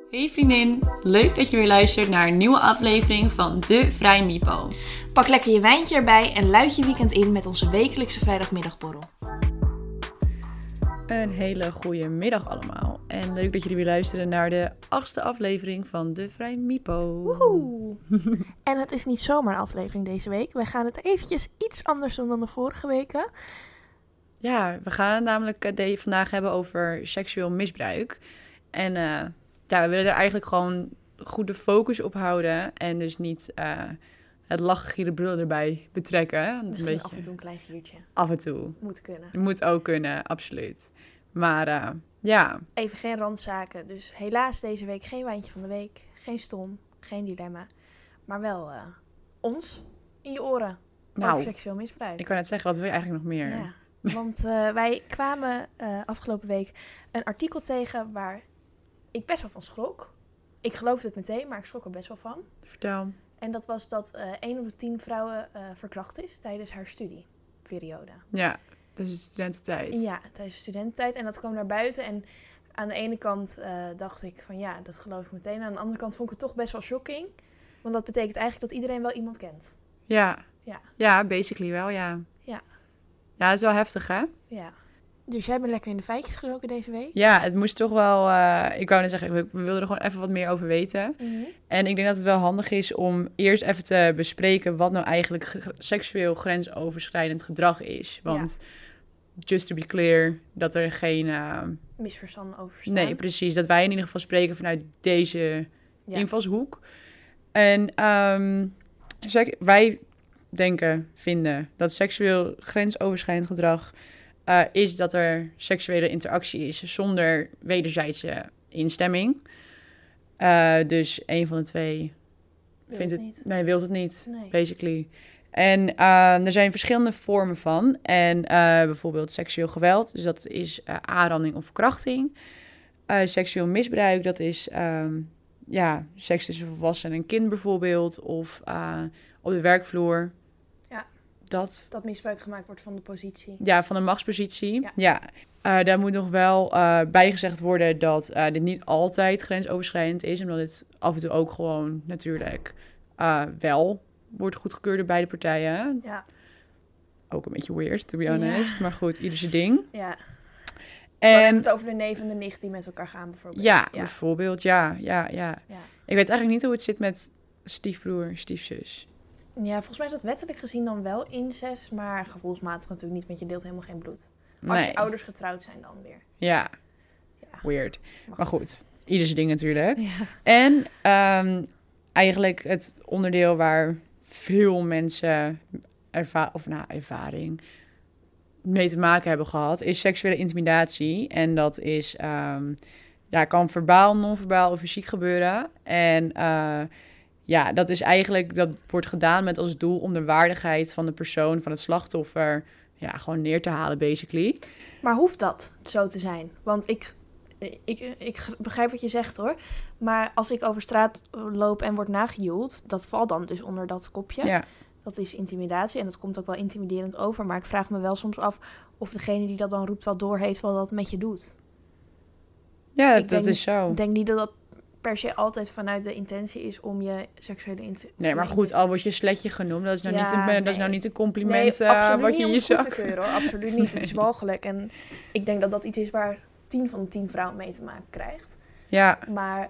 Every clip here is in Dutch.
Hey vriendin, leuk dat je weer luistert naar een nieuwe aflevering van De Vrij Mipo. Pak lekker je wijntje erbij en luid je weekend in met onze wekelijkse vrijdagmiddagborrel. Een hele goede middag allemaal en leuk dat jullie weer luisteren naar de 8e aflevering van De Vrij Mipo. Woehoe! En het is niet zomaar een aflevering deze week. Wij gaan het eventjes iets anders doen dan de vorige weken. Ja, we gaan het namelijk vandaag hebben over seksueel misbruik. En we willen er eigenlijk gewoon goed de focus op houden en dus niet het lachen, gieren, brullen erbij betrekken. Misschien een beetje... af en toe een klein giertje. Af en toe. Moet kunnen. Moet ook kunnen, absoluut. Maar ja. Even geen randzaken. Dus helaas deze week geen wijntje van de week. Geen stom, geen dilemma. Maar wel ons in je oren over seksueel misbruik. Ik kan net zeggen, wat wil je eigenlijk nog meer? Ja, want wij kwamen afgelopen week een artikel tegen waar ik best wel van schrok. Ik geloofde het meteen, maar ik schrok er best wel van. Vertel. En dat was dat 1 op de 10 vrouwen verkracht is tijdens haar studieperiode. Ja, dus de studententijd. Ja, tijdens de studententijd. En dat kwam naar buiten. En aan de ene kant dacht ik van ja, dat geloof ik meteen. Aan de andere kant vond ik het toch best wel shocking. Want dat betekent eigenlijk dat iedereen wel iemand kent. Ja. Ja. Ja, basically wel, ja. Ja. Ja, dat is wel heftig, hè? Ja. Dus jij bent lekker in de feitjes gedoken deze week? Ja, het moest toch wel... ik wou net zeggen, we wilden er gewoon even wat meer over weten. Mm-hmm. En ik denk dat het wel handig is om eerst even te bespreken wat nou eigenlijk seksueel grensoverschrijdend gedrag is. Want just to be clear, dat er geen... misverstanden over staan. Nee, precies. Dat wij in ieder geval spreken vanuit deze invalshoek. En wij vinden dat seksueel grensoverschrijdend gedrag is dat er seksuele interactie is zonder wederzijdse instemming. Dus een van de twee wil het niet, basically. En er zijn verschillende vormen van. En bijvoorbeeld seksueel geweld, dus dat is aanranding of verkrachting. Seksueel misbruik, dat is seks tussen volwassen en een kind bijvoorbeeld. Of op de werkvloer. Dat misbruik gemaakt wordt van de positie. Ja, van de machtspositie. Ja. Daar moet nog wel bijgezegd worden dat dit niet altijd grensoverschrijdend is. Omdat dit af en toe ook gewoon natuurlijk wel wordt goedgekeurd door beide partijen. Ja. Ook een beetje weird, to be honest. Ja. Maar goed, ieder zijn ding. Ja. En we hebben het over de neef en de nicht die met elkaar gaan bijvoorbeeld. Ja, bijvoorbeeld. Ja. Ik weet eigenlijk niet hoe het zit met stiefbroer, stiefzus. Ja, volgens mij is dat wettelijk gezien dan wel incest, maar gevoelsmatig natuurlijk niet, want je deelt helemaal geen bloed. Als je ouders getrouwd zijn dan weer. Ja. Weird. Maar goed, ieder zijn ding natuurlijk. Ja. En eigenlijk het onderdeel waar veel mensen ervaring mee te maken hebben gehad, is seksuele intimidatie. En dat is, kan verbaal, non-verbaal of fysiek gebeuren. En dat is eigenlijk, dat wordt gedaan met als doel om de waardigheid van de persoon, van het slachtoffer, gewoon neer te halen, basically. Maar hoeft dat zo te zijn? Want ik begrijp wat je zegt, hoor. Maar als ik over straat loop en word nagejoeld, dat valt dan dus onder dat kopje. Ja. Dat is intimidatie en dat komt ook wel intimiderend over. Maar ik vraag me wel soms af of degene die dat dan roept wel doorheeft wat dat met je doet. Ja, dat is zo. Ik denk niet dat dat per se altijd vanuit de intentie is om je seksuele Nee, maar goed, al wordt je sletje genoemd, dat is nou, dat is nou niet een compliment absoluut wat je in je zak... goed te keuren, hoor. Absoluut niet. Het is walgelijk. En ik denk dat dat iets is waar 10 van de 10 vrouwen mee te maken krijgt. Ja. Maar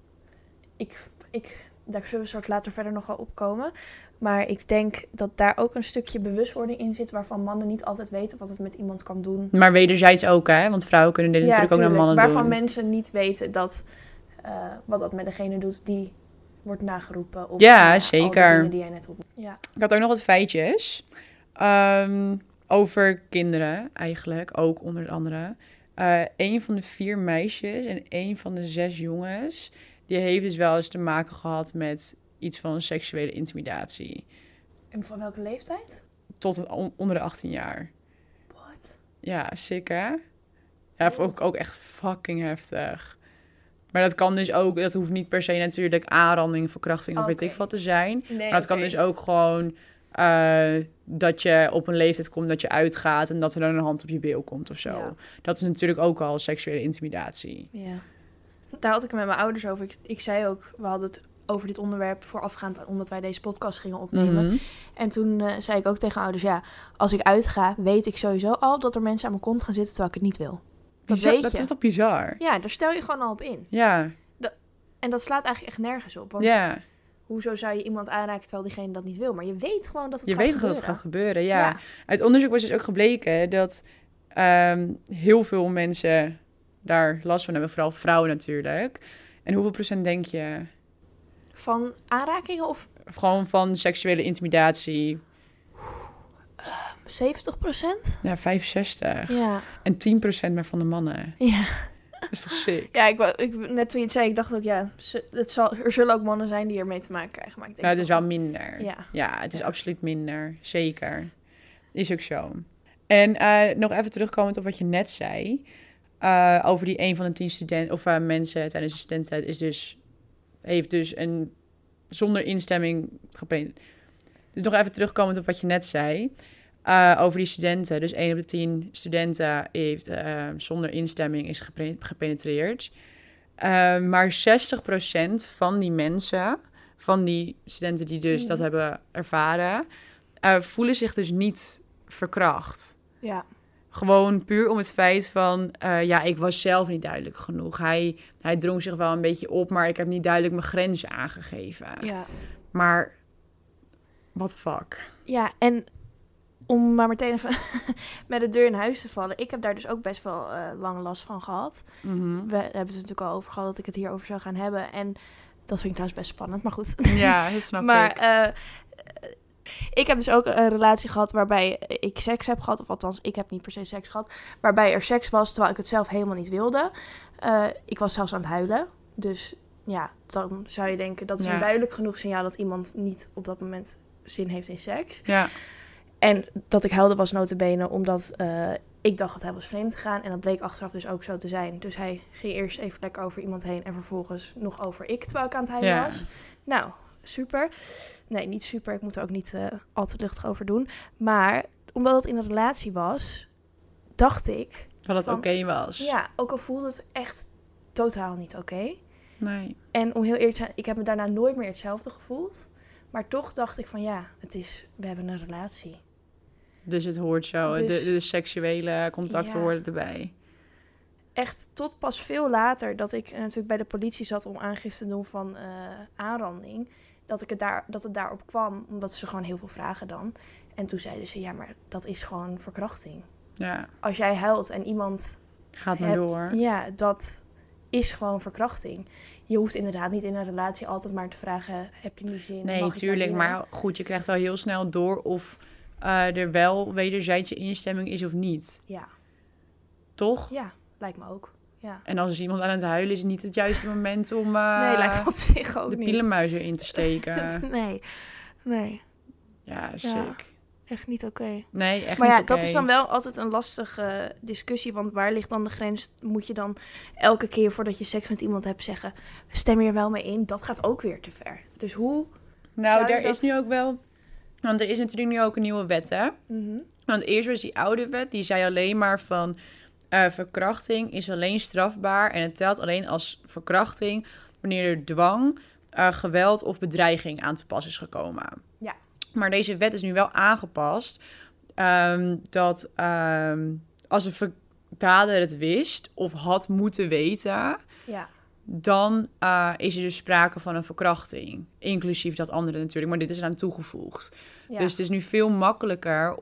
daar zullen we straks later verder nog wel opkomen. Maar ik denk dat daar ook een stukje bewustwording in zit, waarvan mannen niet altijd weten wat het met iemand kan doen. Maar wederzijds ook, hè? Want vrouwen kunnen dit natuurlijk ook naar mannen waarvan doen. Waarvan mensen niet weten dat wat dat met degene doet die wordt nageroepen. Op, zeker. Al die dingen die jij net opnoemde. Ja. Ik had ook nog wat feitjes over kinderen eigenlijk, ook onder andere. 1 van de 4 meisjes en 1 van de 6 jongens, die heeft dus wel eens te maken gehad met iets van seksuele intimidatie. En van welke leeftijd? Tot onder de 18 jaar. What? Ja, sick hè? Ja, vond ik ook echt fucking heftig. Maar dat kan dus ook, dat hoeft niet per se natuurlijk aanranding, verkrachting of weet ik wat te zijn. Nee, maar dat kan dus ook gewoon dat je op een leeftijd komt dat je uitgaat en dat er dan een hand op je bil komt of zo. Ja. Dat is natuurlijk ook al seksuele intimidatie. Ja. daar had ik het met mijn ouders over. Ik zei ook, we hadden het over dit onderwerp voorafgaand, omdat wij deze podcast gingen opnemen. Mhm. En toen zei ik ook tegen ouders, ja, als ik uitga, weet ik sowieso al dat er mensen aan mijn kont gaan zitten terwijl ik het niet wil. Dat weet je. Dat is toch bizar? Ja, daar stel je gewoon al op in. Ja. En dat slaat eigenlijk echt nergens op. Want Ja. hoezo zou je iemand aanraken terwijl diegene dat niet wil? Maar je weet gewoon dat het Je gaat weet gebeuren. dat het gaat gebeuren, ja. Uit onderzoek was dus ook gebleken dat heel veel mensen daar last van hebben. Vooral vrouwen natuurlijk. En hoeveel procent denk je? Van aanrakingen of Gewoon van seksuele intimidatie. 70%? Ja, 65. Ja. En 10% maar van de mannen. Ja. Dat is toch sick? Ja, net toen je het zei, ik dacht ook, ja, er zullen ook mannen zijn die ermee te maken krijgen. Maar ik denk Nou, het is toch wel minder. Ja. Ja, het is Ja. absoluut minder. Zeker. Is ook zo. En nog even terugkomend op wat je net zei. Over die 1 van de 10 studenten of mensen tijdens de studententijd heeft dus een zonder instemming geprint. Dus nog even terugkomend op wat je net zei. Over die studenten. Dus 1 op de 10 studenten heeft zonder instemming is gepenetreerd. Maar 60% van die mensen, van die studenten die dus dat hebben ervaren, voelen zich dus niet verkracht. Ja. Gewoon puur om het feit van, ik was zelf niet duidelijk genoeg. Hij drong zich wel een beetje op, maar ik heb niet duidelijk mijn grenzen aangegeven. Ja. Maar, what the fuck? Ja, en om maar meteen even met de deur in huis te vallen. Ik heb daar dus ook best wel lang last van gehad. Mhm. We hebben het natuurlijk al over gehad dat ik het hierover zou gaan hebben. En dat vind ik trouwens best spannend, maar goed. Ja, dat snap maar ik. ik heb dus ook een relatie gehad waarbij ik seks heb gehad. Of althans, ik heb niet per se seks gehad. Waarbij er seks was terwijl ik het zelf helemaal niet wilde. Ik was zelfs aan het huilen. Dus ja, dan zou je denken dat is een duidelijk genoeg signaal dat iemand niet op dat moment zin heeft in seks. Ja. En dat ik huilde was nota bene omdat ik dacht dat hij was vreemd gegaan. En dat bleek achteraf dus ook zo te zijn. Dus hij ging eerst even lekker over iemand heen en vervolgens nog over ik terwijl ik aan het huilen was. Nou, super. Nee, niet super. Ik moet er ook niet al te luchtig over doen. Maar omdat het in een relatie was, dacht ik... Dat het oké was. Ja, ook al voelde het echt totaal niet oké. Nee. En om heel eerlijk te zijn, ik heb me daarna nooit meer hetzelfde gevoeld. Maar toch dacht ik van ja, we hebben een relatie. Dus het hoort zo. Dus, de seksuele contacten horen erbij. Echt tot pas veel later dat ik natuurlijk bij de politie zat om aangifte te doen van aanranding. Dat het daarop kwam, omdat ze gewoon heel veel vragen dan. En toen zeiden ze, ja, maar dat is gewoon verkrachting. Ja. Als jij huilt en iemand... Gaat maar door. Ja, dat is gewoon verkrachting. Je hoeft inderdaad niet in een relatie altijd maar te vragen, heb je nu zin? Nee, tuurlijk. Maar goed, je krijgt wel heel snel door of er wel wederzijdse instemming is of niet. Ja. Toch? Ja, lijkt me ook. Ja. En als iemand aan het huilen is het niet het juiste moment om nee, lijkt me op zich ook de niet. pielenmuis erin te steken. Nee. Ja, sick. Echt niet oké. Nee, echt maar niet ja, oké. dat is dan wel altijd een lastige discussie. Want waar ligt dan de grens? Moet je dan elke keer voordat je seks met iemand hebt zeggen... stem je er wel mee in? Dat gaat ook weer te ver. Dus hoe... Nou, er is nu ook wel... Want er is natuurlijk nu ook een nieuwe wet, hè? Mm-hmm. Want eerst was die oude wet, die zei alleen maar van... verkrachting is alleen strafbaar en het telt alleen als verkrachting... wanneer er dwang, geweld of bedreiging aan te pas is gekomen. Ja. Maar deze wet is nu wel aangepast... dat als een dader het wist of had moeten weten... Ja. dan is er dus sprake van een verkrachting. Inclusief dat andere natuurlijk, maar dit is eraan toegevoegd. Ja. Dus het is nu veel makkelijker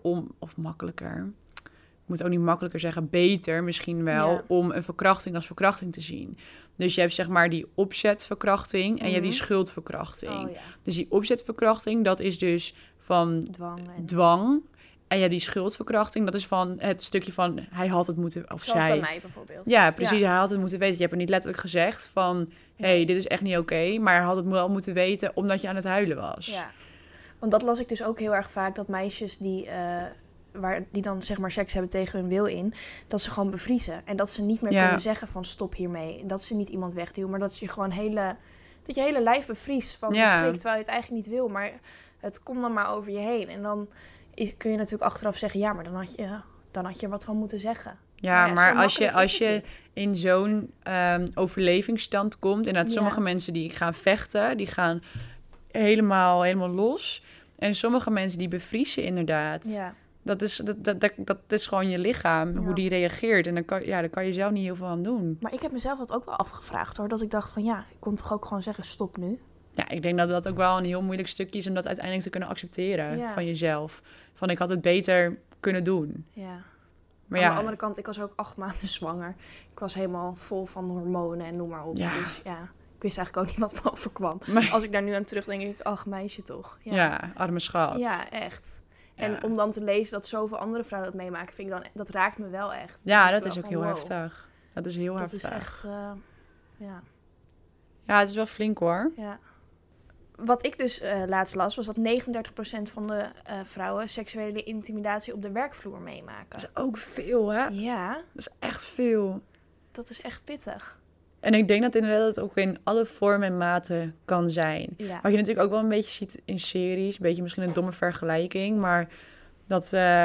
ik moet ook niet makkelijker zeggen, beter misschien wel... om een verkrachting als verkrachting te zien. Dus je hebt zeg maar die opzetverkrachting en je hebt die schuldverkrachting. Oh, ja. Dus die opzetverkrachting, dat is dus van dwang. En ja, die schuldverkrachting, dat is van het stukje van hij had het moeten... Of zoals zij. bij mij bijvoorbeeld. Ja, precies. Hij had het moeten weten. Je hebt er niet letterlijk gezegd van... hey, dit is echt niet oké. Maar hij had het wel moeten weten omdat je aan het huilen was. Ja, want dat las ik dus ook heel erg vaak. Dat meisjes die dan zeg maar seks hebben tegen hun wil in... dat ze gewoon bevriezen. En dat ze niet meer kunnen zeggen van stop hiermee. Dat ze niet iemand wegduwen. Maar dat je gewoon dat je hele lijf bevriest van de schrik. Terwijl je het eigenlijk niet wil. Maar het komt dan maar over je heen. En dan kun je natuurlijk achteraf zeggen... ja, maar dan had je er wat van moeten zeggen. Ja, zo maar makkelijk als is je het niet. in zo'n overlevingsstand komt... en dat sommige mensen die gaan vechten, die gaan helemaal los. En sommige mensen die bevriezen inderdaad. Ja. Dat is gewoon je lichaam, hoe die reageert. En daar kan je zelf niet heel veel aan doen. Maar ik heb mezelf dat ook wel afgevraagd hoor. Dat ik dacht van ik kon toch ook gewoon zeggen stop nu. Ja, ik denk dat dat ook wel een heel moeilijk stukje is... om dat uiteindelijk te kunnen accepteren van jezelf. Van ik had het beter kunnen doen. Ja. Maar Aan de andere kant, ik was ook 8 maanden zwanger. Ik was helemaal vol van hormonen en noem maar op. Ja. Dus ik wist eigenlijk ook niet wat me overkwam. Maar... Als ik daar nu aan terugdenk, denk ik, ach meisje toch. Ja, arme schat. Ja, echt. Ja. En om dan te lezen dat zoveel andere vrouwen dat meemaken, vind ik dan, dat raakt me wel echt. Ja, Dus dat is ook heel heftig. Dat is heel heftig. Dat is echt, Ja, het is wel flink hoor. Ja. Wat ik dus laatst las, was dat 39% van de vrouwen seksuele intimidatie op de werkvloer meemaken. Dat is ook veel, hè? Ja. Dat is echt veel. Dat is echt pittig. En ik denk dat inderdaad het ook in alle vormen en maten kan zijn. Ja. Wat je natuurlijk ook wel een beetje ziet in series. Een beetje misschien een domme vergelijking. Maar dat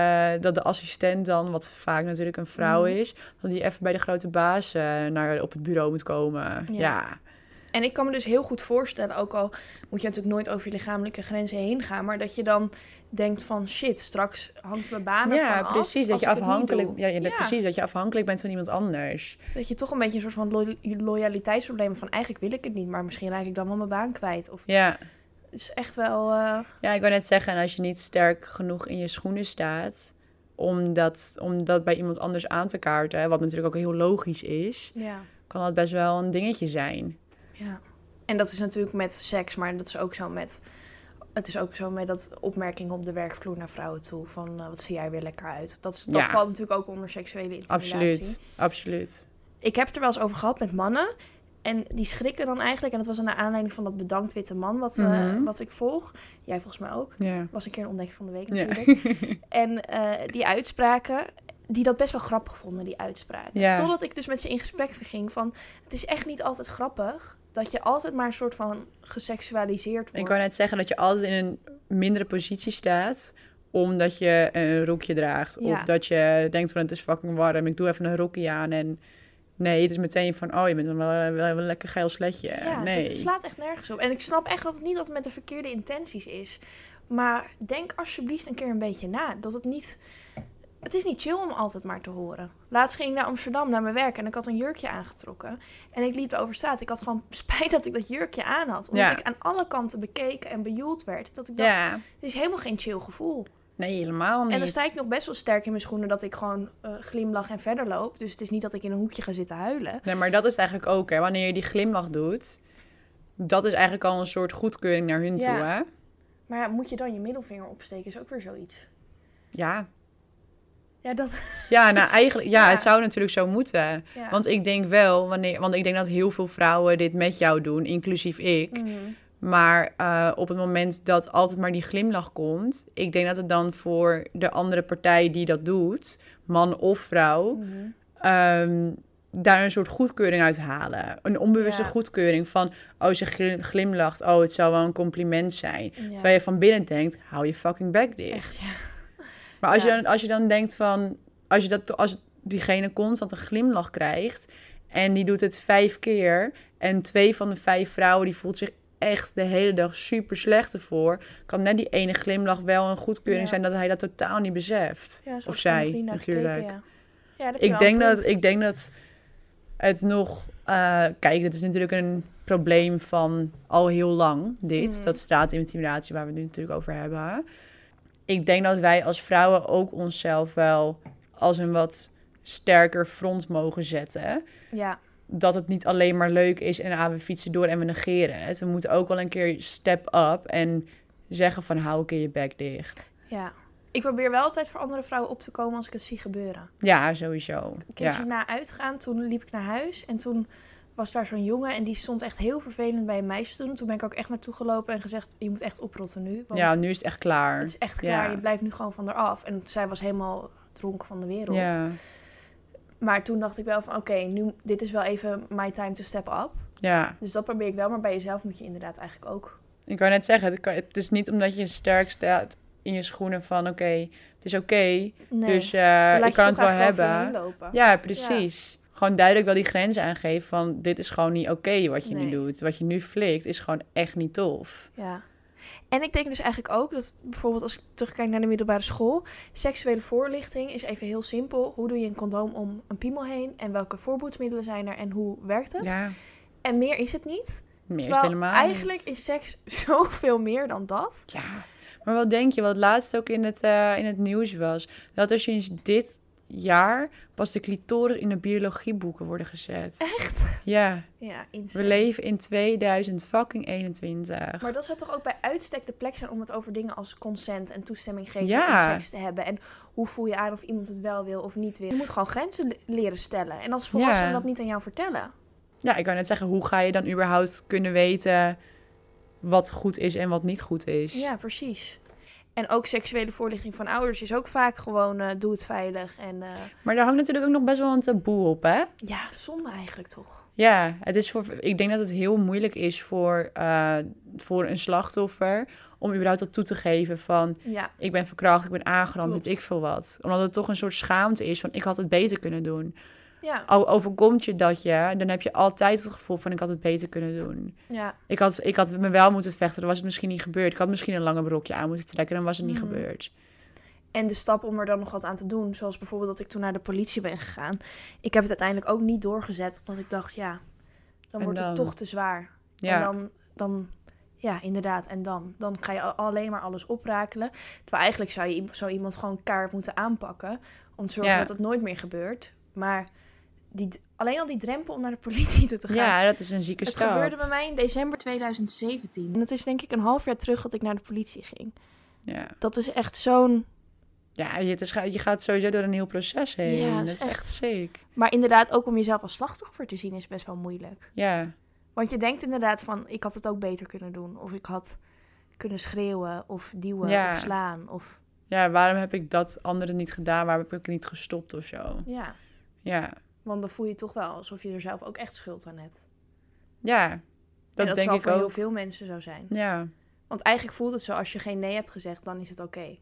de assistent dan, wat vaak natuurlijk een vrouw is... dat die even bij de grote baas op het bureau moet komen. Ja. En ik kan me dus heel goed voorstellen, ook al moet je natuurlijk nooit over je lichamelijke grenzen heen gaan... maar dat je dan denkt van shit, straks hangt mijn baan ervan af. Precies, dat je precies dat je afhankelijk bent van iemand anders. Dat je toch een beetje een soort van loyaliteitsprobleem van eigenlijk wil ik het niet... maar misschien raak ik dan wel mijn baan kwijt. Of... Ja. Het is echt wel... Ja, ik wou net zeggen, en als je niet sterk genoeg in je schoenen staat... om dat bij iemand anders aan te kaarten... wat natuurlijk ook heel logisch is... kan dat best wel een dingetje zijn. Ja, en dat is natuurlijk met seks, maar dat is ook zo met... Het is ook zo met dat opmerkingen op de werkvloer naar vrouwen toe. Van, wat zie jij weer lekker uit. Dat valt natuurlijk ook onder seksuele intimidatie. Absoluut. Ik heb het er wel eens over gehad met mannen. En die schrikken dan eigenlijk. En dat was naar aanleiding van dat bedankt witte man wat ik volg. Jij volgens mij ook. Ja. Was een keer een ontdekking van de week natuurlijk. Ja. En die uitspraken... die dat best wel grappig vonden, die uitspraken. Ja. Totdat ik dus met ze in gesprek ging van... het is echt niet altijd grappig... dat je altijd maar een soort van geseksualiseerd wordt. Ik wou net zeggen dat je altijd in een mindere positie staat... omdat je een rokje draagt. Ja. Of dat je denkt van het is fucking warm, ik doe even een rokje aan... en nee, het is meteen van oh, je bent wel een lekker geil sletje. Ja, nee. Het slaat echt nergens op. En ik snap echt dat het niet altijd met de verkeerde intenties is. Maar denk alsjeblieft een keer een beetje na. Dat het niet... Het is niet chill om altijd maar te horen. Laatst ging ik naar Amsterdam, naar mijn werk... en ik had een jurkje aangetrokken. En ik liep over straat. Ik had gewoon spijt dat ik dat jurkje aan had. Omdat ik aan alle kanten bekeken en bejoeld werd. Dat ik dacht, dit is helemaal geen chill gevoel. Nee, helemaal niet. En dan sta ik nog best wel sterk in mijn schoenen... dat ik gewoon glimlach en verder loop. Dus het is niet dat ik in een hoekje ga zitten huilen. Nee, maar dat is het eigenlijk ook, hè. Wanneer je die glimlach doet... dat is eigenlijk al een soort goedkeuring naar hun toe, hè. Maar ja, moet je dan je middelvinger opsteken? Is ook weer zoiets. Ja... Ja, dat... Ja, nou eigenlijk, het zou natuurlijk zo moeten. Ja. Want ik denk wel, want ik denk dat heel veel vrouwen dit met jou doen, inclusief ik. Mm-hmm. Maar op het moment dat altijd maar die glimlach komt, ik denk dat het dan voor de andere partij die dat doet, man of vrouw, daar een soort goedkeuring uit halen. Een onbewuste goedkeuring van, oh, ze glimlacht, oh, het zou wel een compliment zijn. Ja. Terwijl je van binnen denkt, hou je fucking bek dicht. Echt, Maar als je dan denkt van... Als diegene constant een glimlach krijgt... en die doet het 5 keer... en 2 van de 5 vrouwen... die voelt zich echt de hele dag super slecht ervoor... kan net die ene glimlach wel een goedkeuring zijn... dat hij dat totaal niet beseft. Ja, of zij, natuurlijk. Ik denk dat het nog... kijk, dit is natuurlijk een probleem van al heel lang, dit. Dat straatintimidatie waar we het nu natuurlijk over hebben... Ik denk dat wij als vrouwen ook onszelf wel als een wat sterker front mogen zetten. Ja. Dat het niet alleen maar leuk is en we fietsen door en we negeren het. We moeten ook wel een keer step up en zeggen van hou een keer je bek dicht. Ja. Ik probeer wel altijd voor andere vrouwen op te komen als ik het zie gebeuren. Ja, sowieso. Een keertje na uitgaan, toen liep ik naar huis en toen... was daar zo'n jongen en die stond echt heel vervelend bij een meisje te doen. Toen ben ik ook echt naartoe gelopen en gezegd... je moet echt oprotten nu. Want ja, nu is het echt klaar. Het is echt klaar. Je blijft nu gewoon van eraf. En zij was helemaal dronken van de wereld. Ja. Maar toen dacht ik wel van... oké, nu dit is wel even my time to step up. Ja. Dus dat probeer ik wel. Maar bij jezelf moet je inderdaad eigenlijk ook... Ik wou net zeggen, het is niet omdat je sterk staat... in je schoenen van oké, het is oké, Nee. dus Laat ik je kan het toch wel eigenlijk over je hebben. heen lopen. Ja, precies. Gewoon duidelijk wel die grenzen aangeven van dit is gewoon niet oké wat je nu Nee. doet. Wat je nu flikt is gewoon echt niet tof. Ja. En ik denk dus eigenlijk ook dat bijvoorbeeld als ik terugkijk naar de middelbare school, seksuele voorlichting is even heel simpel. Hoe doe je een condoom om een piemel heen en welke voorboedsmiddelen zijn er en hoe werkt het? Ja, En meer is het niet. meer is Terwijl het helemaal eigenlijk niet. is seks zoveel meer dan dat. Ja, maar wat denk je, wat laatst ook in het nieuws was, dat er sinds dit jaar pas de clitoris in de biologieboeken worden gezet. Echt? Ja, Ja, we insane. leven in 2021. Maar dat zou toch ook bij uitstek de plek zijn om het over dingen als consent en toestemming geven Ja. om seks te hebben. En hoe voel je aan of iemand het wel wil of niet wil. Je moet gewoon grenzen leren stellen. En als volwassenen Ja. dat niet aan jou vertellen. Ja, ik wou net zeggen, hoe ga je dan überhaupt kunnen weten wat goed is en wat niet goed is? Ja, precies. En ook seksuele voorlichting van ouders is ook vaak gewoon doe het veilig. En Maar daar hangt natuurlijk ook nog best wel een taboe op, hè? ja, zonde eigenlijk toch. Ja, ik denk dat het heel moeilijk is voor een slachtoffer om überhaupt dat toe te geven van Ja, ik ben verkracht, ik ben aangerand, Klopt. weet ik veel wat. Omdat het toch een soort schaamte is van ik had het beter kunnen doen. ja, Al overkomt je dat je, dan heb je altijd het gevoel van ik had het beter kunnen doen. ja. Ik had me wel moeten vechten, dan was het misschien niet gebeurd. Ik had misschien een langer broekje aan moeten trekken, dan was het niet Mhm. gebeurd. En de stap om er dan nog wat aan te doen, zoals bijvoorbeeld dat ik toen naar de politie ben gegaan. Ik heb het uiteindelijk ook niet doorgezet, omdat ik dacht, ja, dan En wordt het dan? toch te zwaar. Ja, En dan, ja, inderdaad, en dan ga je alleen maar alles oprakelen. Terwijl eigenlijk zou je zo iemand gewoon kaart moeten aanpakken, om te zorgen Ja. dat het nooit meer gebeurt. Maar alleen al die drempel om naar de politie toe te gaan. ja, dat is een zieke Het stap. gebeurde bij mij in december 2017. En het is denk ik een half jaar terug dat ik naar de politie ging. Ja. Dat is echt zo'n... Ja, je gaat sowieso door een heel proces heen. Ja, dat is is echt echt- sick. Maar inderdaad, ook om jezelf als slachtoffer te zien is best wel moeilijk. Ja, Want je denkt inderdaad van, ik had het ook beter kunnen doen. Of ik had kunnen schreeuwen of duwen Ja. of slaan. Of, ja, waarom heb ik dat andere niet gedaan? Waarom heb ik niet gestopt of zo? ja, Ja, want dan voel je toch wel alsof je er zelf ook echt schuld aan hebt. ja, En dat dat denk zal ik voor heel ook. veel mensen zo zijn. Ja. Want eigenlijk voelt het zo, als je geen nee hebt gezegd, dan is het oké.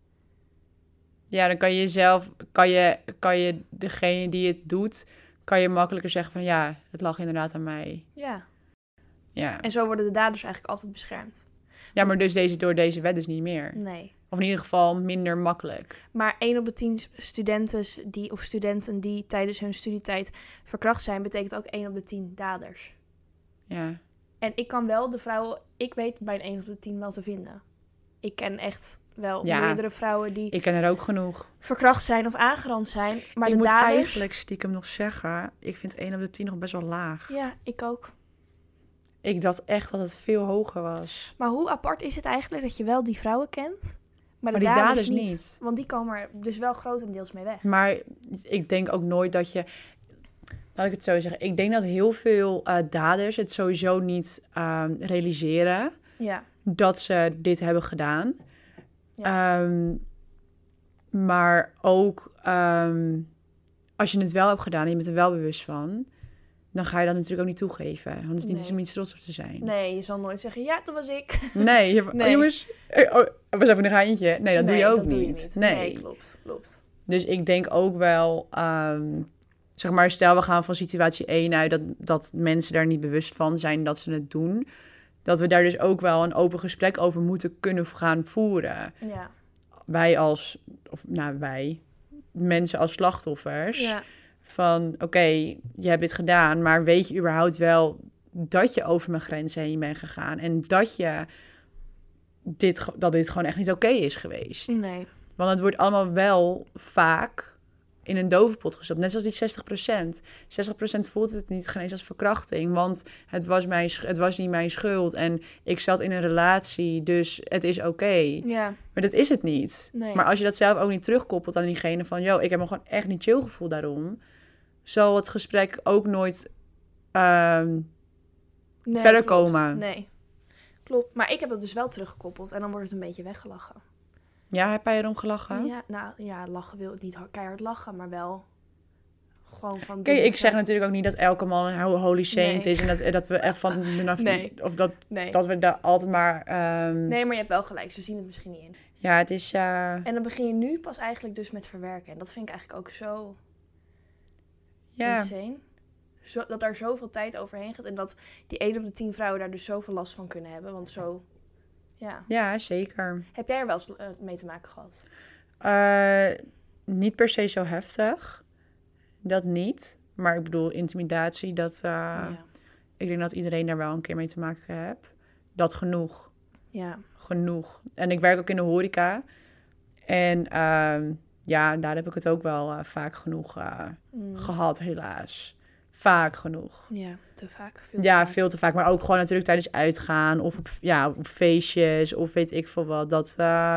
Ja, dan kan je jezelf, kan je degene die het doet, kan je makkelijker zeggen van ja, het lag inderdaad aan mij. Ja, Ja, en zo worden de daders eigenlijk altijd beschermd. ja maar dus door deze wet dus niet meer. Nee. Of in ieder geval minder makkelijk. Maar 1 op de 10 studenten die tijdens hun studietijd verkracht zijn, betekent ook 1 op de 10 daders. Ja, En ik kan wel de vrouwen, ik weet bij een 1 op de 10 wel te vinden. Ik ken echt wel Ja. meerdere vrouwen die ik ken er ook genoeg. verkracht zijn of aangerand zijn. Maar ik de moet daders... eigenlijk stiekem nog zeggen, ik vind 1 op de 10 nog best wel laag. Ja, ik ook. Ik dacht echt dat het veel hoger was. Maar hoe apart is het eigenlijk dat je wel die vrouwen kent, maar de die daders daders niet. niet. Want die komen er dus wel grotendeels mee weg. Maar ik denk ook nooit dat je... Laat ik het zo zeggen. Ik denk dat heel veel daders het sowieso niet realiseren Ja, dat ze dit hebben gedaan. Maar ook als je het wel hebt gedaan en je bent er wel bewust van, dan ga je dat natuurlijk ook niet toegeven. Want het is niet Nee. iets om iets trots op te zijn. nee, je zal nooit zeggen, ja, dat was ik. Nee, Nee. jongens, was even een geintje. Nee, dat doe je ook niet. Nee, klopt. Dus ik denk ook wel, zeg maar, stel we gaan van situatie 1 uit dat mensen daar niet bewust van zijn dat ze het doen. Dat we daar dus ook wel een open gesprek over moeten kunnen gaan voeren. Ja, Wij, mensen als slachtoffers. ja, Van oké, je hebt dit gedaan, maar weet je überhaupt wel dat je over mijn grenzen heen bent gegaan. En dat dit gewoon echt niet oké is geweest. nee. Want het wordt allemaal wel vaak in een dovenpot gestopt. Net zoals die 60%. 60% voelt het niet eens als verkrachting. Want het was niet mijn schuld. En ik zat in een relatie, dus het is oké. Ja, Maar dat is het niet. Nee. Maar als je dat zelf ook niet terugkoppelt aan diegene van... yo, ik heb me gewoon echt niet chill gevoeld daarom... zal het gesprek ook nooit nee, verder klopt. komen. Nee, klopt. Maar ik heb dat dus wel teruggekoppeld en dan wordt het een beetje weggelachen. Ja, heb jij erom gelachen? Ja, nou ja, lachen wil ik niet keihard lachen, maar wel gewoon van... Kijk, ik zeg natuurlijk ook niet dat elke man een holy saint Nee. is... en dat we echt van... Nee. Of dat Nee. we daar altijd maar... Nee, maar je hebt wel gelijk, ze zien het misschien niet in. Ja, het is... En dan begin je nu pas eigenlijk dus met verwerken. En dat vind ik eigenlijk ook zo insane. Dat daar zoveel tijd overheen gaat. En dat die 1 op de 10 vrouwen daar dus zoveel last van kunnen hebben. Want zo, ja. Ja, zeker. Heb jij er wel eens mee te maken gehad? Niet per se zo heftig. Dat niet. Maar ik bedoel, intimidatie, dat... Ik denk dat iedereen daar wel een keer mee te maken heeft. Dat genoeg. Ja. Genoeg. En ik werk ook in de horeca. En daar heb ik het ook wel vaak genoeg gehad, helaas. Vaak genoeg. Ja, te vaak. Veel te vaak. Maar ook gewoon natuurlijk tijdens uitgaan of op feestjes of weet ik veel wat. Dat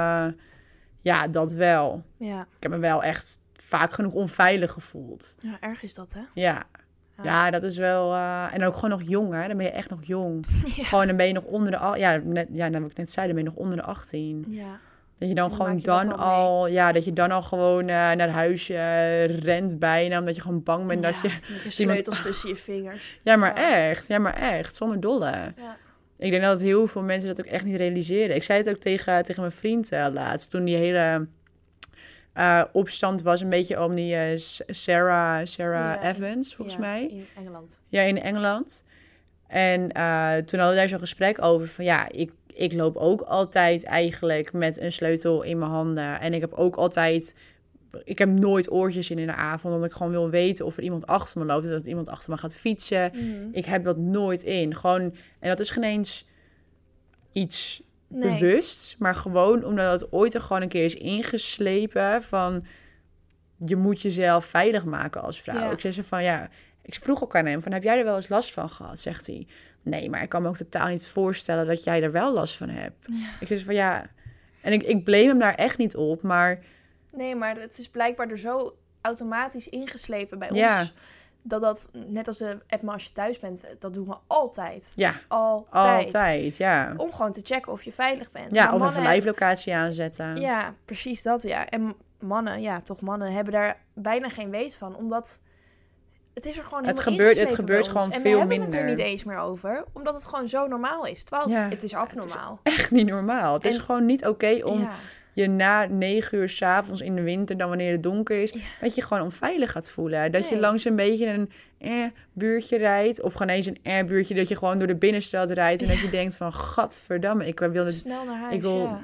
wel. Ja. Ik heb me wel echt vaak genoeg onveilig gevoeld. Ja, erg is dat, hè? Ja, dat is wel... en ook gewoon nog jong, hè? Dan ben je echt nog jong. Ja. Gewoon, dan ben je nog onder de... wat ik net zei, dan ben je nog onder de 18. Ja. Dat je dan gewoon dat je dan al gewoon naar huis rent bijna, omdat je gewoon bang bent dat je... Met je sleutels tussen je vingers. Ja, maar echt. Zonder dolle. Ja. Ik denk dat heel veel mensen dat ook echt niet realiseren. Ik zei het ook tegen mijn vriend laatst, toen die hele... opstand was een beetje om die Sarah Evans, volgens mij. In Engeland. Ja, in Engeland. En toen hadden we daar zo'n gesprek over van ik loop ook altijd eigenlijk met een sleutel in mijn handen. En ik heb ook altijd... Ik heb nooit oortjes in de avond, omdat ik gewoon wil weten of er iemand achter me loopt. Dat iemand achter me gaat fietsen. Mm. Ik heb dat nooit in. Gewoon, en dat is geen eens iets... bewust, maar gewoon omdat het ooit er gewoon een keer is ingeslepen van je moet jezelf veilig maken als vrouw. Ja. Ik zei ze van ik vroeg ook aan hem van heb jij er wel eens last van gehad? Zegt hij, nee, maar ik kan me ook totaal niet voorstellen dat jij er wel last van hebt. Ja. Ik zei van en ik blame hem daar echt niet op, maar... Nee, maar het is blijkbaar er zo automatisch ingeslepen bij ons... Dat, net als de app maar als je thuis bent, dat doen we altijd. Ja, altijd, ja. Om gewoon te checken of je veilig bent. Ja, of een live locatie aanzetten. Ja, precies dat, ja. En mannen hebben daar bijna geen weet van, omdat het is er gewoon helemaal het gebeurt gewoon en veel minder. En we hebben het er niet eens meer over, omdat het gewoon zo normaal is. Terwijl het is abnormaal. Het is echt niet normaal. Het is gewoon niet oké om... je na 9 uur 's avonds in de winter, dan wanneer het donker is, dat je gewoon onveilig gaat voelen. Dat je langs een beetje een buurtje rijdt, of gewoon eens een buurtje, dat je gewoon door de binnenstad rijdt en dat je denkt van, gadverdamme, ik wil snel naar huis,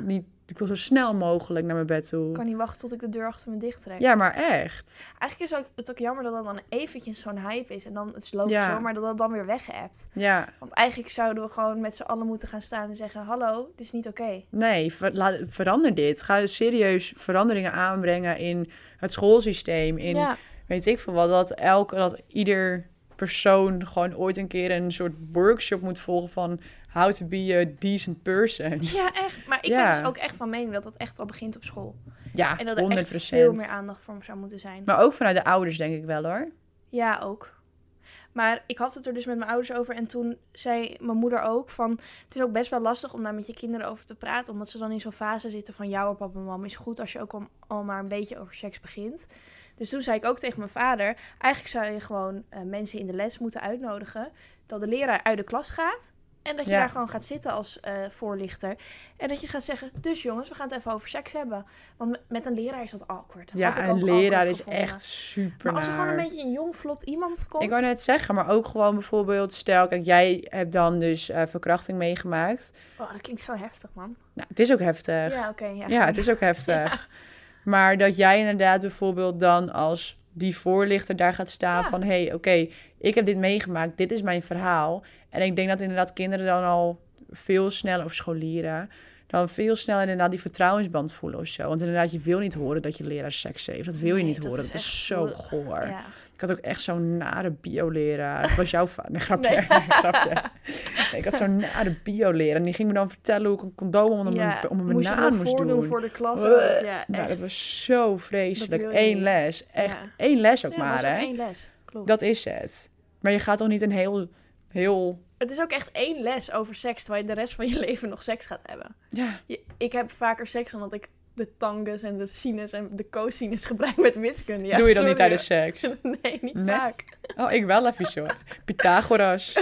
ik wil zo snel mogelijk naar mijn bed toe. Ik kan niet wachten tot ik de deur achter me dicht trek. Ja, maar echt. Eigenlijk is het ook jammer dat dat dan eventjes zo'n hype is en dan het is logisch zo, maar dat dat dan weer weggeëpt. Ja. Want eigenlijk zouden we gewoon met z'n allen moeten gaan staan en zeggen, hallo, dit is niet oké. Nee, verander dit. Ga serieus veranderingen aanbrengen in het schoolsysteem, in weet ik veel wat, dat ieder persoon gewoon ooit een keer een soort workshop moet volgen van how to be a decent person. Ja, echt. Maar ik ben dus ook echt van mening dat dat echt al begint op school. Ja, 100%. En dat er echt veel meer aandacht voor zou moeten zijn. Maar ook vanuit de ouders, denk ik wel, hoor. Ja, ook. Maar ik had het er dus met mijn ouders over en toen zei mijn moeder ook van... Het is ook best wel lastig om daar met je kinderen over te praten, omdat ze dan in zo'n fase zitten van... Jouw papa en mama is goed als je ook al maar een beetje over seks begint. Dus toen zei ik ook tegen mijn vader... Eigenlijk zou je gewoon mensen in de les moeten uitnodigen, dat de leraar uit de klas gaat... En dat je daar gewoon gaat zitten als voorlichter. En dat je gaat zeggen, dus jongens, we gaan het even over seks hebben. Want met een leraar is dat awkward. Ja, een leraar is echt super Maar als er gewoon een beetje een jong, vlot iemand komt... Ik wou net zeggen, maar ook gewoon bijvoorbeeld... Stel, kijk, jij hebt dan dus verkrachting meegemaakt. Oh, dat klinkt zo heftig, man. Nou, het is ook heftig. Ja, oké. Ja, het is ook heftig. Ja. Maar dat jij inderdaad bijvoorbeeld dan als die voorlichter daar gaat staan van... Oké, ik heb dit meegemaakt, dit is mijn verhaal. En ik denk dat inderdaad kinderen dan al veel sneller, of scholieren... dan veel sneller inderdaad die vertrouwensband voelen of zo. Want inderdaad, je wil niet horen dat je leraar seks heeft. Dat wil je niet horen, dat is zo goor. Ja. Ik had ook echt zo'n nare bio-leraar. Dat was jouw vader. Nee, grapje. Nee. Grapje. Nee, ik had zo'n nare bio-leraar. En die ging me dan vertellen hoe ik een condoom onder mijn banaan moest doen. Voor de klas. Nou, dat was zo vreselijk. 1 les. Echt 1 les ook maar, hè? Hè? 1 les. Klopt. Dat is het. Maar je gaat toch niet een heel... Het is ook echt 1 les over seks, terwijl je de rest van je leven nog seks gaat hebben. Ja. Ik heb vaker seks omdat ik de tangens en de sinus en de cosinus gebruik met wiskunde. Ja, doe je dat niet tijdens seks? Nee, niet vaak. Oh, ik wel even zo. Pythagoras.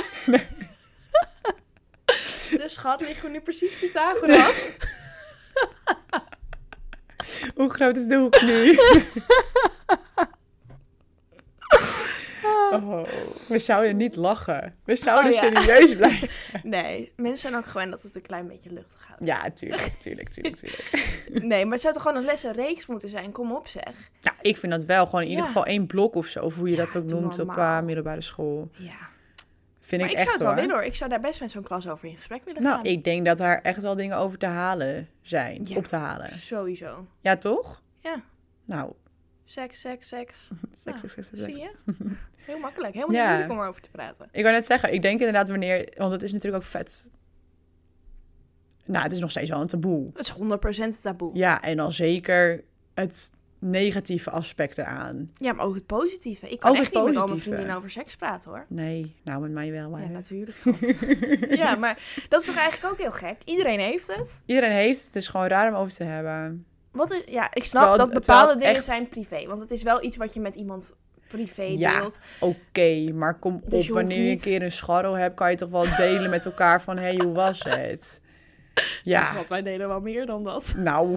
Dus schat, liggen we nu precies Pythagoras? Hoe groot is de hoek nu? Oh, we zouden niet lachen. We zouden serieus blijven. Nee, mensen zijn ook gewend dat het een klein beetje luchtig houdt. Ja, tuurlijk. Nee, maar het zou toch gewoon een lessenreeks moeten zijn? Kom op, zeg. Nou, ik vind dat wel. Gewoon in ieder geval 1 blok of zo. Of hoe je dat ook noemt op middelbare school. Ja. Vind maar ik ik echt zou het wel hoor. willen hoor. Ik zou daar best met zo'n klas over in gesprek willen Nou, gaan. ik denk dat daar echt wel dingen over te halen zijn. Ja, op te halen. Sowieso. Ja, toch? Ja. Nou. Seks. Seks. Zie je? Heel makkelijk. Helemaal niet moeilijk om erover te praten. Ik wou net zeggen, ik denk inderdaad wanneer... Want het is natuurlijk ook vet... Nou, het is nog steeds wel een taboe. Het is 100% taboe. Ja, en dan zeker het negatieve aspect eraan. Ja, maar ook het positieve. Ik kan ook echt het niet met positieve. al mijn vriendinnen over seks praten, hoor. Nee, nou met mij wel. Maar ja, natuurlijk. Ja, maar dat is toch eigenlijk ook heel gek? Iedereen heeft het. Iedereen heeft het. Het is gewoon raar om over te hebben. Ik snap dat bepaalde dingen zijn privé. Want het is wel iets wat je met iemand privé deelt. Oké, maar kom dus op. Wanneer je een keer een scharrel hebt, kan je toch wel delen met elkaar van... Hé, hoe was het? Ja. Dus wat wij delen wel meer dan dat. Nou...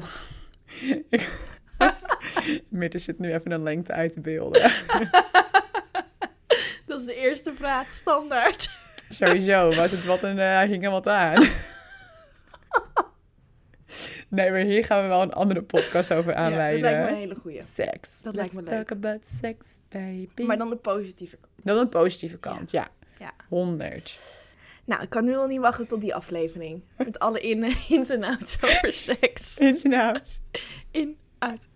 Mirte zit nu even een lengte uit te beelden. Dat is de eerste vraag, standaard. Sowieso, was het wat en hing er wat aan. Nee, maar hier gaan we wel een andere podcast over aanleiden. Ja, dat lijkt me een hele goeie. Seks. Dat lijkt me leuk. Talk about sex, baby. Maar dan de positieve kant. Dan de positieve kant, ja. 100. Nou, ik kan nu al niet wachten tot die aflevering. Met alle ins en outs over seks. Ins en outs. In, uit.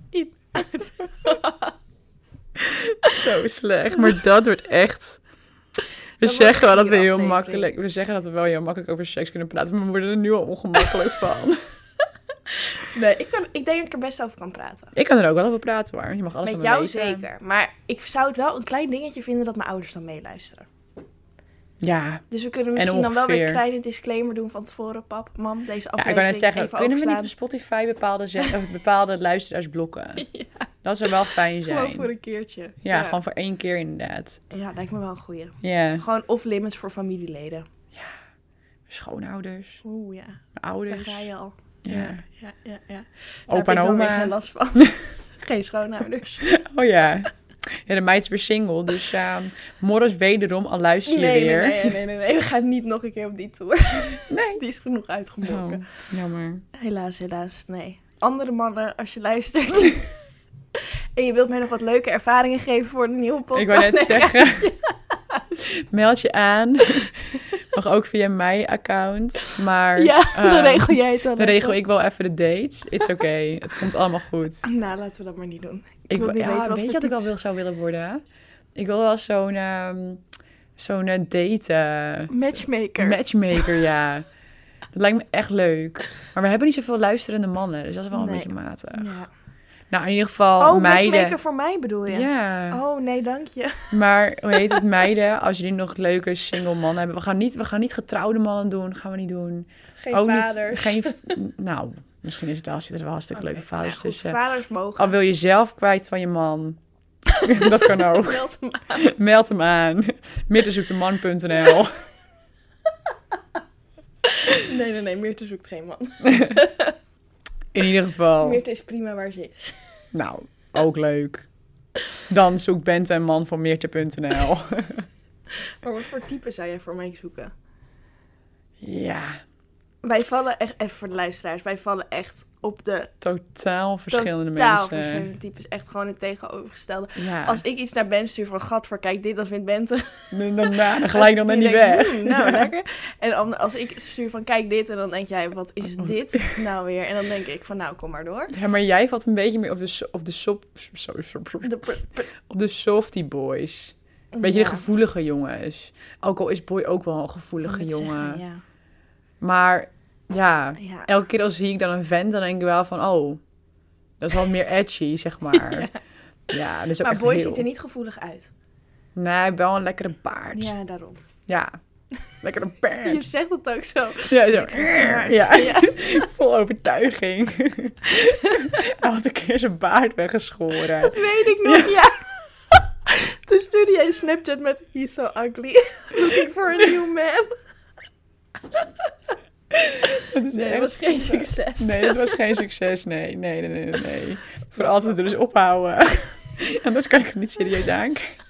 Zo slecht, maar dat wordt echt... We zeggen wel dat we heel makkelijk... We zeggen dat we wel heel makkelijk over seks kunnen praten, maar we worden er nu al ongemakkelijk van. Nee, ik denk dat ik er best over kan praten. Ik kan er ook wel over praten, hoor. Je mag alles van me weten. Met jou zeker. Maar ik zou het wel een klein dingetje vinden dat mijn ouders dan meeluisteren. Ja. Dus we kunnen misschien dan wel weer een kleine disclaimer doen van tevoren. Pap, mam, deze aflevering ik wou net zeggen, even kunnen overslaan. we niet op Spotify bepaalde luisteraars blokken? Ja. Dat zou wel fijn zijn. Gewoon voor een keertje. Ja, gewoon voor 1 keer inderdaad. Ja, lijkt me wel een goeie. Ja. Gewoon off-limits voor familieleden. Ja. Schoonouders. Oeh, ja. Mijn ouders. Daar ga je al. Ja. Opa en oma. Daar heb ik geen last van. Geen schoonouders. Oh ja. Ja, de meid is weer single, dus morgens wederom, al luister je weer. Nee, we gaan niet nog een keer op die tour. Nee. Die is genoeg uitgemolken. Oh, jammer. Helaas, nee. Andere mannen, als je luistert en je wilt mij nog wat leuke ervaringen geven voor de nieuwe podcast. Ik wou net zeggen, meld je aan. Mag ook via mijn account, maar... Ja, dan regel jij het dan. Dan regel ik wel even de dates. It's okay. Het komt allemaal goed. Nou, laten we dat maar niet doen. Ik wil niet weten weet je wat ik wel zou willen worden? Ik wil wel zo'n date... Matchmaker, ja. Dat lijkt me echt leuk. Maar we hebben niet zoveel luisterende mannen, dus dat is wel een beetje matig. Ja. Nou, in ieder geval meiden... matchmaker voor mij bedoel je? Ja. Oh, nee, dank je. Maar, hoe heet het, meiden, als jullie nog leuke single mannen hebben... We gaan niet getrouwde mannen doen, gaan we niet doen. Geen ook vaders. Nou, misschien is het wel, zitten er wel een stuk leuke vaders tussen. Vaders mogen. Al wil je zelf kwijt van je man... Dat kan ook. Meld hem aan. Mirtezoekteman.nl. Nee. Mirte zoekt geen man. In ieder geval. Mirte is prima waar ze is. Nou, ook leuk. Dan zoek Bente een man van Mirte.nl. Maar wat voor type zou jij voor mij zoeken? Ja. Wij vallen echt, even voor de luisteraars, wij vallen echt op de... Totaal verschillende mensen. Totaal verschillende types. Echt gewoon het tegenovergestelde. Ja. Als ik iets naar Ben stuur van, gat voor, kijk dit, dan vindt Bente... Dan gelijk dan net niet weg. Nou, lekker. En als ik stuur van, kijk dit, en dan denk jij, wat is dit nou weer? En dan denk ik van, nou, kom maar door. Ja, maar jij valt een beetje meer op de softie boys. Een beetje de gevoelige jongens. Ook al is boy ook wel een gevoelige jongen. Zeggen, ja. Maar... Ja, elke keer als zie ik dan een vent, dan denk ik wel van... Oh, dat is wel meer edgy, zeg maar. Ja, dus ook maar echt boy ziet er niet gevoelig uit. Nee, wel een lekkere baard. Ja, daarom. Ja, lekkere baard. Je zegt het ook zo. Ja, zo. Ja. Vol overtuiging. Hij had een keer zijn baard weggeschoren. Dat weet ik nog, ja. Toen stuurde jij een Snapchat met... He's so ugly. Looking for a new man. Nee, dat was geen succes. Nee, dat was geen succes. Nee. Voor altijd er dus ophouden. Anders kan ik het niet serieus aankijken.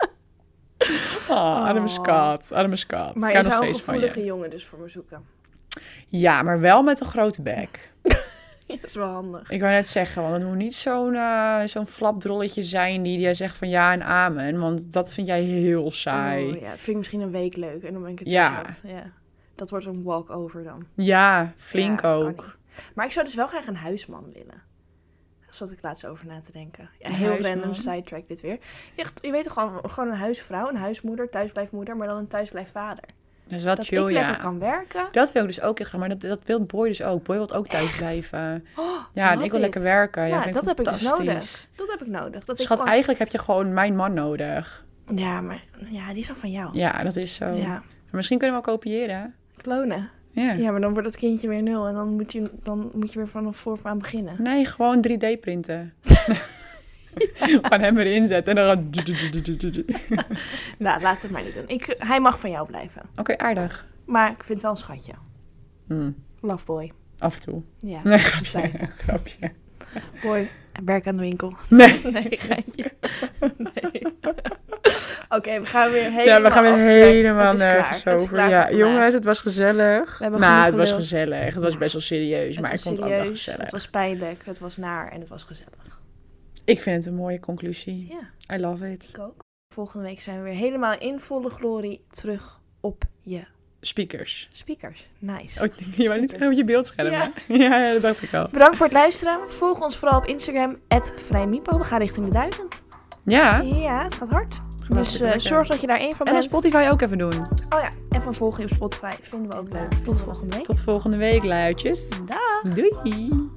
Arme schat. Maar je zou een gevoelige jongen dus voor me zoeken. Ja, maar wel met een grote bek. Dat is wel handig. Ik wou net zeggen, want het moet niet zo'n flapdrolletje zijn die jij zegt van ja en amen. Want dat vind jij heel saai. Oh, ja, dat vind ik misschien een week leuk. En dan ben ik het ja. weer zat. Ja. Dat wordt een walkover dan. Ja, flink ook. Maar ik zou dus wel graag een huisman willen. Daar zat ik laatst over na te denken. Ja, Een heel huisman? random sidetrack dit weer. Je weet toch gewoon een huisvrouw, een huismoeder, thuisblijfmoeder, maar dan een thuisblijfvader. Dat is wel dat chill, ik lekker kan werken. Dat wil ik dus ook echt graag, maar dat wil Boy dus ook. Boy wil ook thuis Echt? blijven. Oh, Ja, en ik wil lekker werken. Ja, nou, dat heb ik dus nodig. Dat heb ik nodig. Dat Schat, eigenlijk heb je gewoon mijn man nodig. Ja, maar die is al van jou. Ja, dat is zo. Ja. Maar misschien kunnen we wel kopiëren. Klonen. Ja. Ja, maar dan wordt het kindje weer 0 en dan moet je weer vanaf vooraan beginnen. Nee, gewoon 3D printen. Gewoon hem erin zetten en dan Nou, laten we het maar niet doen. Hij mag van jou blijven. Oké, aardig. Maar ik vind het wel een schatje. Loveboy. Af en toe. Ja, Nee, grapje. Boy, werk aan de winkel. Nee. Nee, geintje. Nee. Oké, we gaan weer helemaal nergens over. Ja, jongens, het was gezellig. Het was gezellig. Het was best wel serieus, maar ik vond het ook wel gezellig. Het was pijnlijk, het was naar en het was gezellig. Ik vind het een mooie conclusie. Ja. I love it. Ik ook. Volgende week zijn we weer helemaal in volle glorie terug op je speakers. Nice. Oh, je wou niet zeggen op je beeldscherm, ja. Ja, dat dacht ik al. Bedankt voor het luisteren. Volg ons vooral op Instagram, @vrijmipo. We gaan richting de 1000. Ja. Ja, het gaat hard. Dus zorg dat je daar één van bent. En op Spotify ook even doen. Oh ja, en van volgen op Spotify vinden we ook leuk. Tot volgende week. Tot volgende week, luidjes. Dag. Doei.